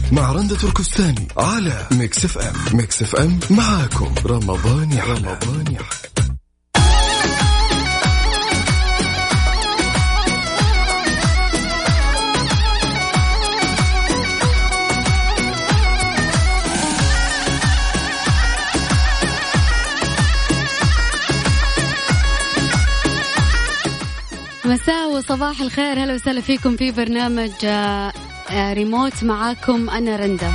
مع رندة تركستاني على ميكس اف ام. ميكس اف ام معاكم رمضان يحلى. مساء وصباح الخير، هلا وسهلا فيكم في برنامج ريموت. معاكم أنا رندا.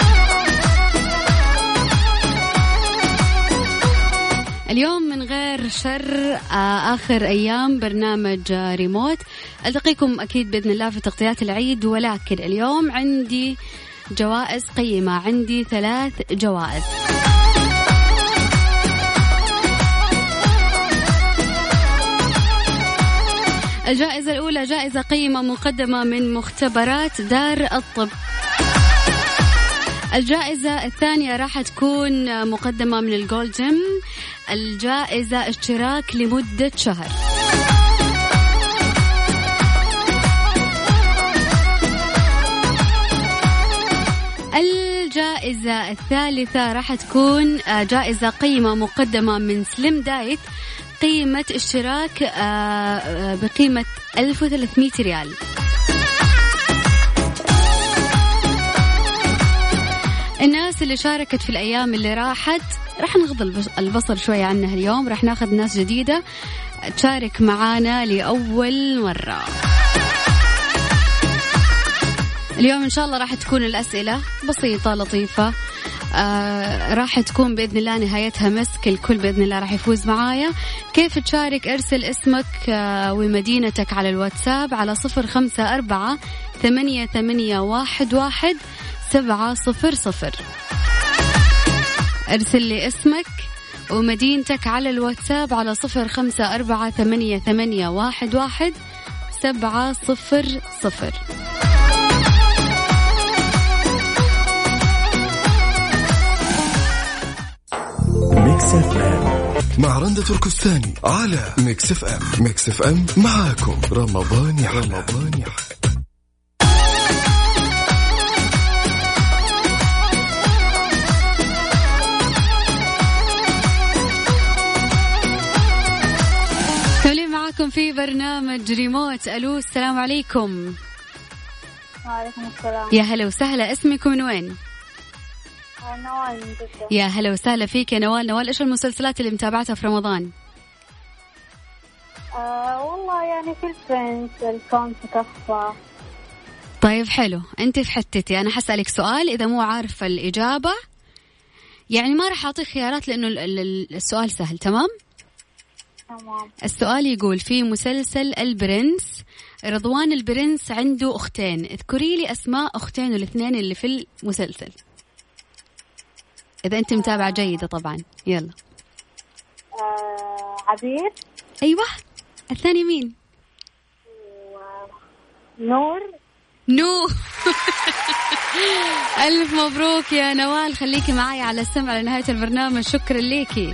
اليوم من غير شر آخر أيام برنامج ريموت. ألتقيكم أكيد بإذن الله في تغطيات العيد، ولكن اليوم عندي جوائز قيمة، عندي 3 جوائز. الجائزة الأولى جائزة قيمة مقدمة من مختبرات دار الطب. الجائزة الثانية راح تكون مقدمة من الجولد جيم. الجائزة اشتراك لمدة شهر. الجائزة الثالثة راح تكون جائزة قيمة مقدمة من سليم دايت، قيمة اشتراك بقيمة 1300 ريال. الناس اللي شاركت في الأيام اللي راحت راح نغض البصر شوية عنها اليوم، راح ناخذ ناس جديدة تشارك معانا لأول مرة. اليوم إن شاء الله راح تكون الأسئلة بسيطة لطيفة، راح تكون بإذن الله نهايتها مسك. الكل بإذن الله راح يفوز معايا. كيف تشارك؟ ارسل اسمك ومدينتك على الواتساب على 0548811700. ارسل لي اسمك ومدينتك على الواتساب على 0548811700. ميكس اف ام مع رندة تركستاني على ميكس اف ام. ميكس اف ام معاكم رمضان يحلى. كملين معاكم في برنامج ريموت. ألو، السلام عليكم. وعليكم السلام. يا هلا وسهلا، اسمكم من وين؟ نوال من جدة. يا هلا وسهلا فيك يا نوال. نوال، إيش المسلسلات اللي متابعتها في رمضان؟ والله يعني في الفرنس، الكون تكفى. طيب حلو، أنت في حتتي. أنا حسألك سؤال، إذا مو عارفة الإجابة يعني ما راح أعطيك خيارات لأنه السؤال سهل. تمام. السؤال يقول: في مسلسل البرنس، رضوان البرنس عنده أختين، اذكري لي أسماء أختين الاثنين اللي في المسلسل، إذا أنت متابعة جيدة طبعا. يلا. عبير. أيوة. الثاني مين؟ نور. ألف مبروك يا نوال، خليكي معايا على السمع على نهاية البرنامج. شكرا ليكي.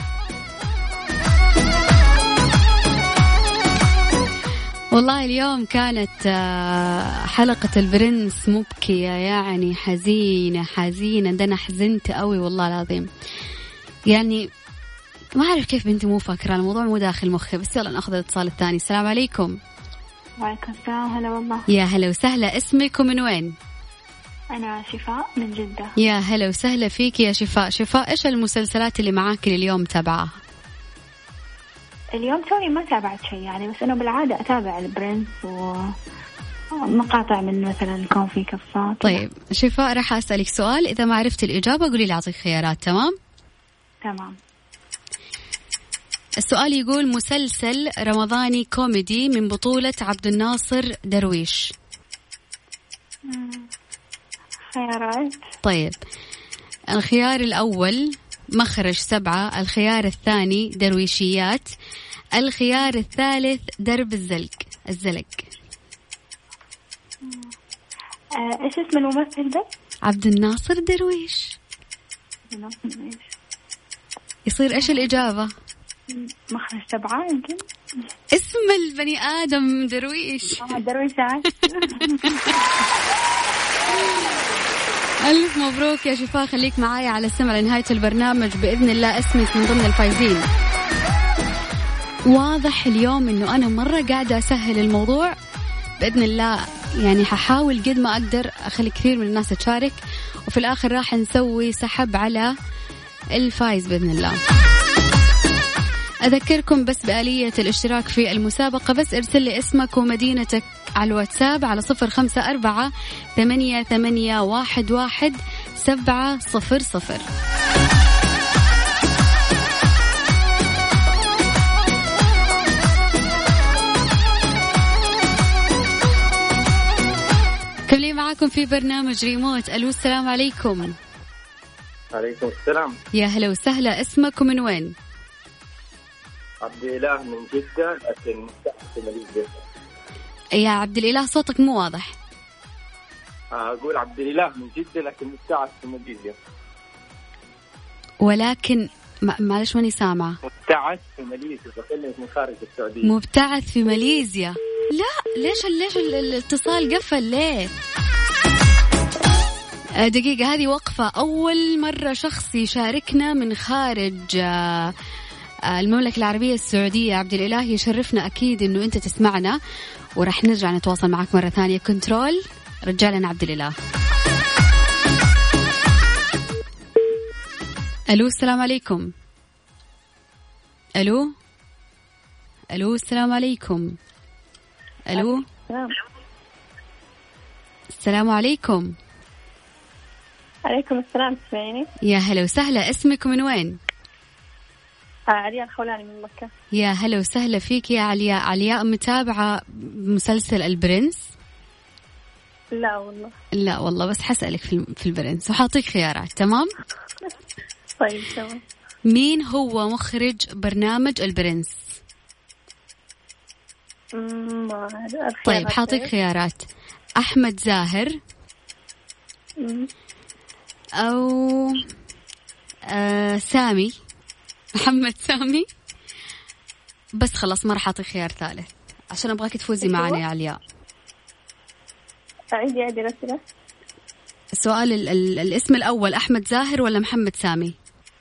والله اليوم كانت حلقة البرنس مبكية، يعني حزينة. ده أنا حزنت قوي والله العظيم. يعني ما أعرف كيف بنتي مو فاكرة الموضوع، مو داخل مخي. بس يلا نأخذ الاتصال الثاني. السلام عليكم. وعليكم السلام. هلا والله. يا هلا وسهلا، اسمكم من وين؟ أنا شفاء من جدة. يا هلا وسهلا فيك يا شفاء. شفاء، إيش المسلسلات اللي معاك اليوم تابعاها؟ اليوم توني ما تابعت شيء يعني، بس أنا بالعادة أتابع البرنس ومقاطع من مثلا الكون في كفات. طيب شفاء، راح أسألك سؤال، إذا ما عرفت الإجابة قولي لي أعطيك خيارات. تمام. السؤال يقول: مسلسل رمضاني كوميدي من بطولة عبد الناصر درويش. خيارات. طيب، الخيار الأول مخرج 7، الخيار الثاني درويشيات، الخيار الثالث درب الزلق. إيش اسم الممثل ده؟ عبد الناصر درويش. يصير إيش الإجابة؟ مخرج 7 يمكن. اسم البني آدم درويش. درويشات. ألف مبروك يا شفاء، خليك معايا على السمع لنهاية البرنامج بإذن الله اسمك من ضمن الفايزين. واضح اليوم إنه أنا مرة قاعدة أسهل الموضوع بإذن الله، يعني ححاول قد ما أقدر أخلي كثير من الناس تشارك، وفي الآخر راح نسوي سحب على الفايز بإذن الله. أذكركم بس بآلية الاشتراك في المسابقة، بس ارسل لي اسمك ومدينتك على الواتساب على 0548811700. كملين معاكم في برنامج ريموت. ألو السلام عليكم. عليكم السلام. يا هلا وسهلا، اسمك ومن وين؟ عبد الإله من جدة، لكن مبتعث في ماليزيا. يا عبد الإله صوتك مو واضح. أقول عبد الإله من جدة لكن مبتعث في ماليزيا. ولكن معلش ماني سامعة. مبتعث في ماليزيا، بكلمك من خارج السعودية. مبتعث في ماليزيا؟ لا ليش الاتصال قفل ليه؟ دقيقة، هذه وقفة. أول مرة شخص يشاركنا من خارج المملكة العربية السعودية. عبد الإله يشرفنا أكيد إنه أنت تسمعنا، ورح نرجع نتواصل معك مرة ثانية. كنترول رجالنا عبد الإله. ألو السلام عليكم. ألو السلام عليكم. ألو السلام عليكم. عليكم السلام، تسمعيني؟ يا هلا وسهلا، اسمك من وين؟ علياء الخولاني من مكة. يا هلا وسهلا فيك يا علياء. علياء متابعة مسلسل البرنس؟ لا والله. لا والله، بس حسألك في البرنس وحاطيك خيارات. تمام؟ طيب تمام. مين هو مخرج برنامج البرنس؟ طيب حاطيك خيارات: أحمد زاهر أو سامي، محمد سامي. بس خلاص ما راح أعطي خيار ثالث عشان أبغاك تفوزي معنا يا علياء. عندي أسئلة. السؤال الاسم الأول أحمد زاهر ولا محمد سامي؟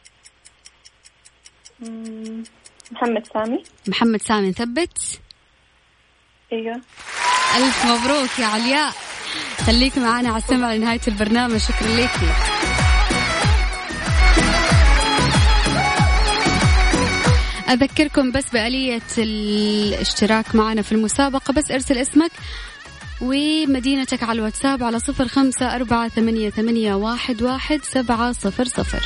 محمد سامي. محمد سامي، نثبت؟ ايوه. ألف مبروك يا علياء، خليك معنا على السمع لنهاية البرنامج. شكرا ليكي. أذكركم بس بآلية الاشتراك معنا في المسابقة، بس ارسل اسمك ومدينتك على الواتساب على 0548811700.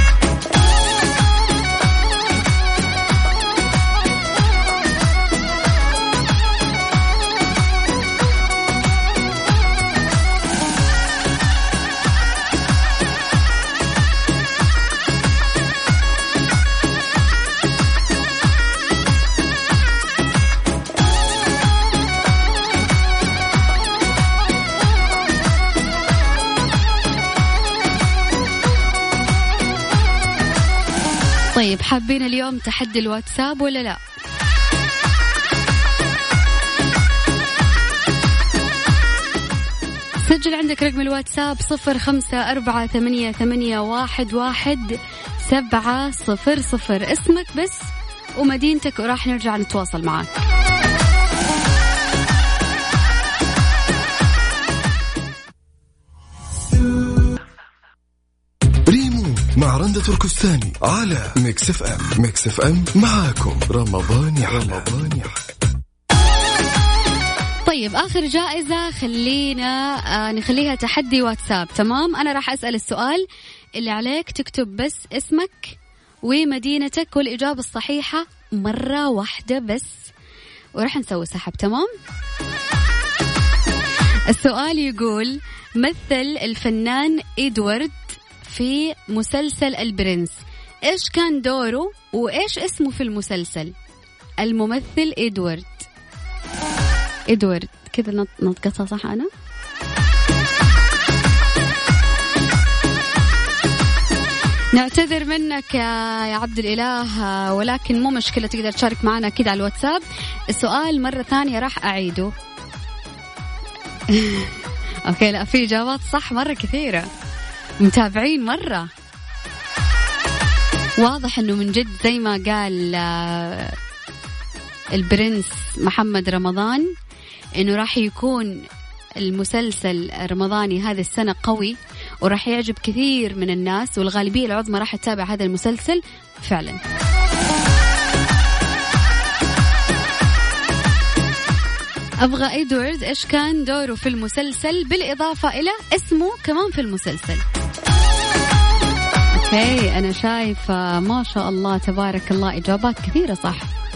طيب حابين اليوم تحدي الواتساب ولا لا؟ سجل عندك رقم الواتساب 0548811700. اسمك بس ومدينتك وراح نرجع نتواصل معك. مع رندة تركستاني على ميكس اف ام. ميكس اف ام معاكم رمضان يحلى. طيب آخر جائزة خلينا نخليها تحدي واتساب. تمام؟ أنا راح أسأل السؤال، اللي عليك تكتب بس اسمك ومدينتك والإجابة الصحيحة مرة واحدة بس، وراح نسوي سحب. تمام؟ السؤال يقول: مثل الفنان إدوارد في مسلسل البرنس، إيش كان دوره وإيش اسمه في المسلسل؟ الممثل إدوارد كذا نطقتها صح أنا؟ نعتذر منك يا عبد الإله، ولكن مو مشكلة، تقدر تشارك معنا كده على الواتساب. السؤال مرة ثانية راح أعيده. أوكي، لا في إجابات صح مرة كثيرة. متابعين مرة. واضح أنه من جد زي ما قال البرنس محمد رمضان أنه راح يكون المسلسل الرمضاني هذه السنة قوي وراح يعجب كثير من الناس، والغالبية العظمى راح تتابع هذا المسلسل فعلا. أبغى إدوارد إيش كان دوره في المسلسل بالإضافة إلى اسمه كمان في المسلسل. أوكي أنا شايفة ما شاء الله تبارك الله إجابات كثيرة صح.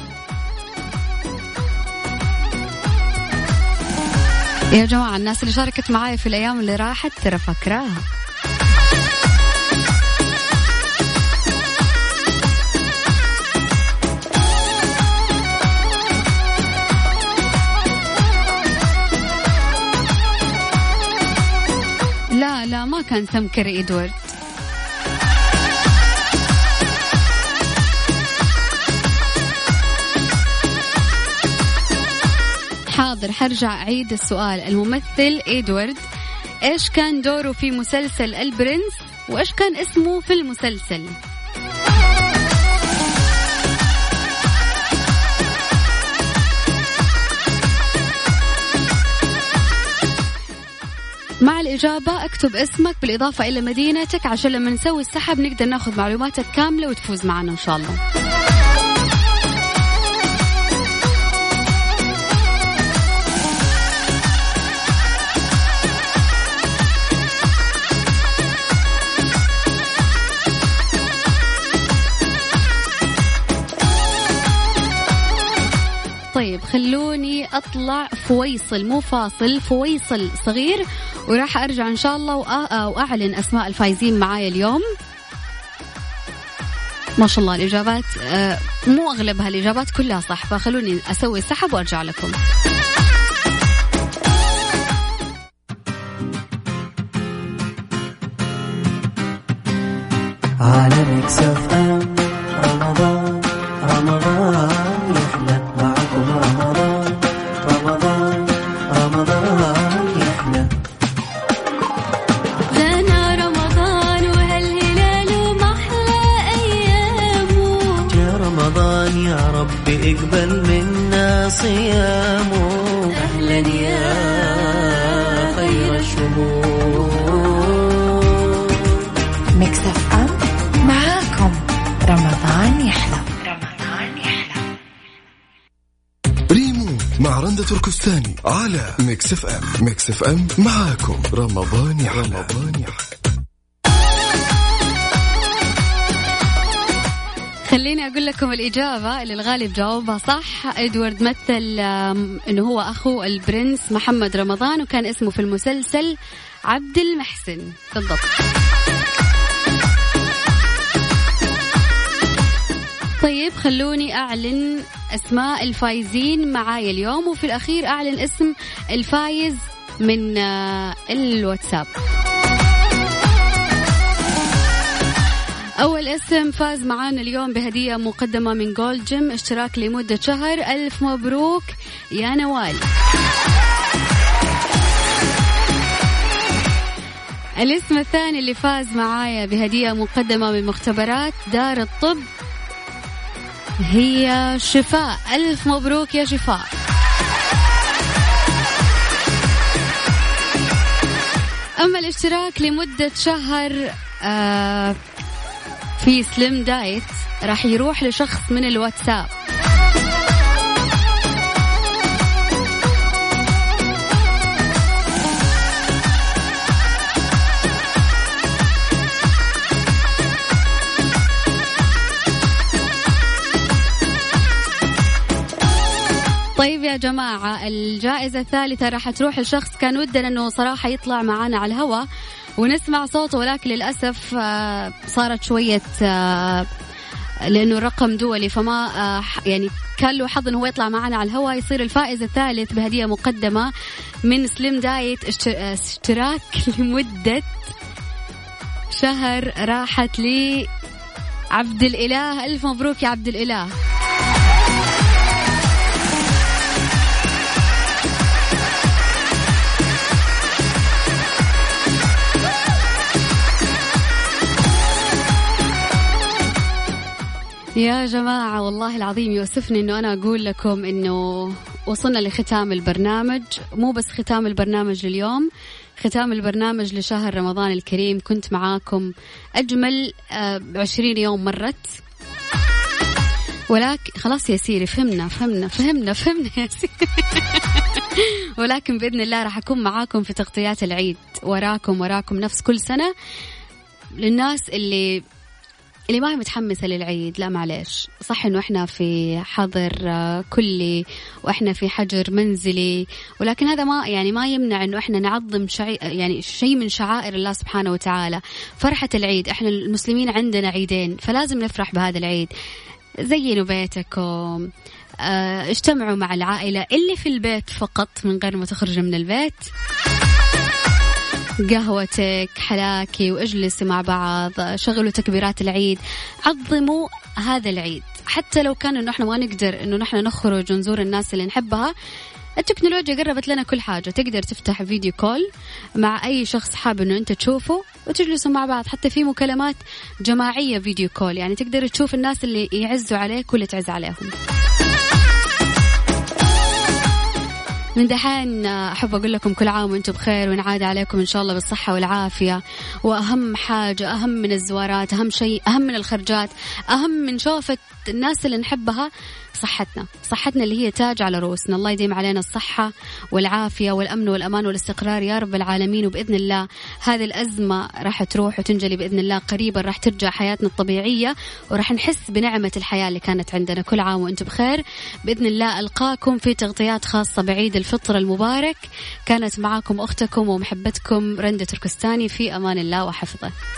يا جماعة الناس اللي شاركت معاي في الأيام اللي راحت ترى فاكراها. لا ما كان سمكر إدوارد. حاضر حرجع أعيد السؤال. الممثل إدوارد إيش كان دوره في مسلسل البرنس وإيش كان اسمه في المسلسل؟ مع الإجابة اكتب اسمك بالإضافة إلى مدينتك عشان لما نسوي السحب نقدر ناخذ معلوماتك كاملة وتفوز معنا إن شاء الله. طيب خلوني أطلع فويصل مو فاصل، فويصل صغير وراح أرجع إن شاء الله وأعلن أسماء الفايزين معايا اليوم. ما شاء الله الإجابات مو أغلبها الإجابات كلها صح، فخلوني أسوي السحب وأرجع لكم. على ميكس اف ام رمضان رمضان يحلى معكم رمضان رمضان رمضان يحلى. جانا رمضان وهالهلال محلى أيامه، يا رمضان يا رب اقبل منا صيامه. أهلا يا خير الشهور. ميكس اف ام معاكم رمضان يحلى. رمضان يحلى. ريمو مع رندة تركستاني على ميكس اف ام. ميكس اف ام معاكم رمضان يحلى. رمضان يحلى. خليني أقول لكم الإجابة اللي الغالب جاوبها صح. إدوارد مثل إنه هو أخو البرنس محمد رمضان وكان اسمه في المسلسل عبد المحسن بالضبط. طيب خلوني أعلن أسماء الفايزين معايا اليوم، وفي الأخير أعلن اسم الفايز من الواتساب. أول اسم فاز معانا اليوم بهدية مقدمة من جولد جيم، اشتراك لمدة شهر. ألف مبروك يا نوال. الاسم الثاني اللي فاز معايا بهدية مقدمة من مختبرات دار الطب هي شفاء. ألف مبروك يا شفاء. أما الاشتراك لمدة شهر في سليم دايت راح يروح لشخص من الواتساب. طيب يا جماعة الجائزة الثالثة راح تروح لشخص كان ودنا أنه صراحة يطلع معنا على الهواء ونسمع صوته، ولكن للأسف صارت شوية لأنه الرقم دولي فما يعني كان له حظ أنه هو يطلع معنا على الهواء. يصير الفائز الثالث بهدية مقدمة من سليم دايت، اشتراك لمدة شهر راحت لي عبد الإله. ألف مبروك يا عبد الإله. يا جماعة والله العظيم يؤسفني أنه أنا أقول لكم أنه وصلنا لختام البرنامج. مو بس ختام البرنامج لليوم، ختام البرنامج لشهر رمضان الكريم. كنت معاكم أجمل 20 يوم مرت، ولكن خلاص يا سيري فهمنا يا سيري. ولكن بإذن الله راح أكون معاكم في تغطيات العيد، وراكم نفس كل سنة. للناس اللي ما هي متحمسة للعيد، لا معلش، صح إنه إحنا في حظر كلي وإحنا في حجر منزلي، ولكن هذا ما يمنع إنه إحنا نعظم شيء من شعائر الله سبحانه وتعالى. فرحة العيد، إحنا المسلمين عندنا عيدين، فلازم نفرح بهذا العيد. زينوا بيتكم، اجتمعوا مع العائلة اللي في البيت فقط من غير ما تخرجوا من البيت، قهوتك حلاكي واجلسوا مع بعض، شغلوا تكبيرات العيد، عظموا هذا العيد. حتى لو كان إنه إحنا ما نقدر إنه نحن نخرج ونزور الناس اللي نحبها، التكنولوجيا قربت لنا كل حاجة. تقدر تفتح فيديو كول مع أي شخص حاب إنه أنت تشوفه وتجلسوا مع بعض. حتى في مكالمات جماعية فيديو كول، يعني تقدر تشوف الناس اللي يعزوا عليك واللي تعز عليهم. من دحين أحب أقول لكم كل عام وأنتم بخير، ونعاد عليكم إن شاء الله بالصحة والعافية. وأهم حاجة، أهم من الزوارات، أهم شيء، أهم من الخرجات، أهم من شوفة الناس اللي نحبها، صحتنا اللي هي تاج على رؤوسنا. الله يديم علينا الصحة والعافية والأمن والأمان والاستقرار يا رب العالمين. وبإذن الله هذه الأزمة راح تروح وتنجلي بإذن الله قريبا، راح ترجع حياتنا الطبيعية وراح نحس بنعمة الحياة اللي كانت عندنا. كل عام وأنتم بخير بإذن الله. ألقاكم في تغطيات خاصة بعيد الفطر المبارك. كانت معاكم أختكم ومحبتكم رندة تركستاني، في أمان الله وحفظه.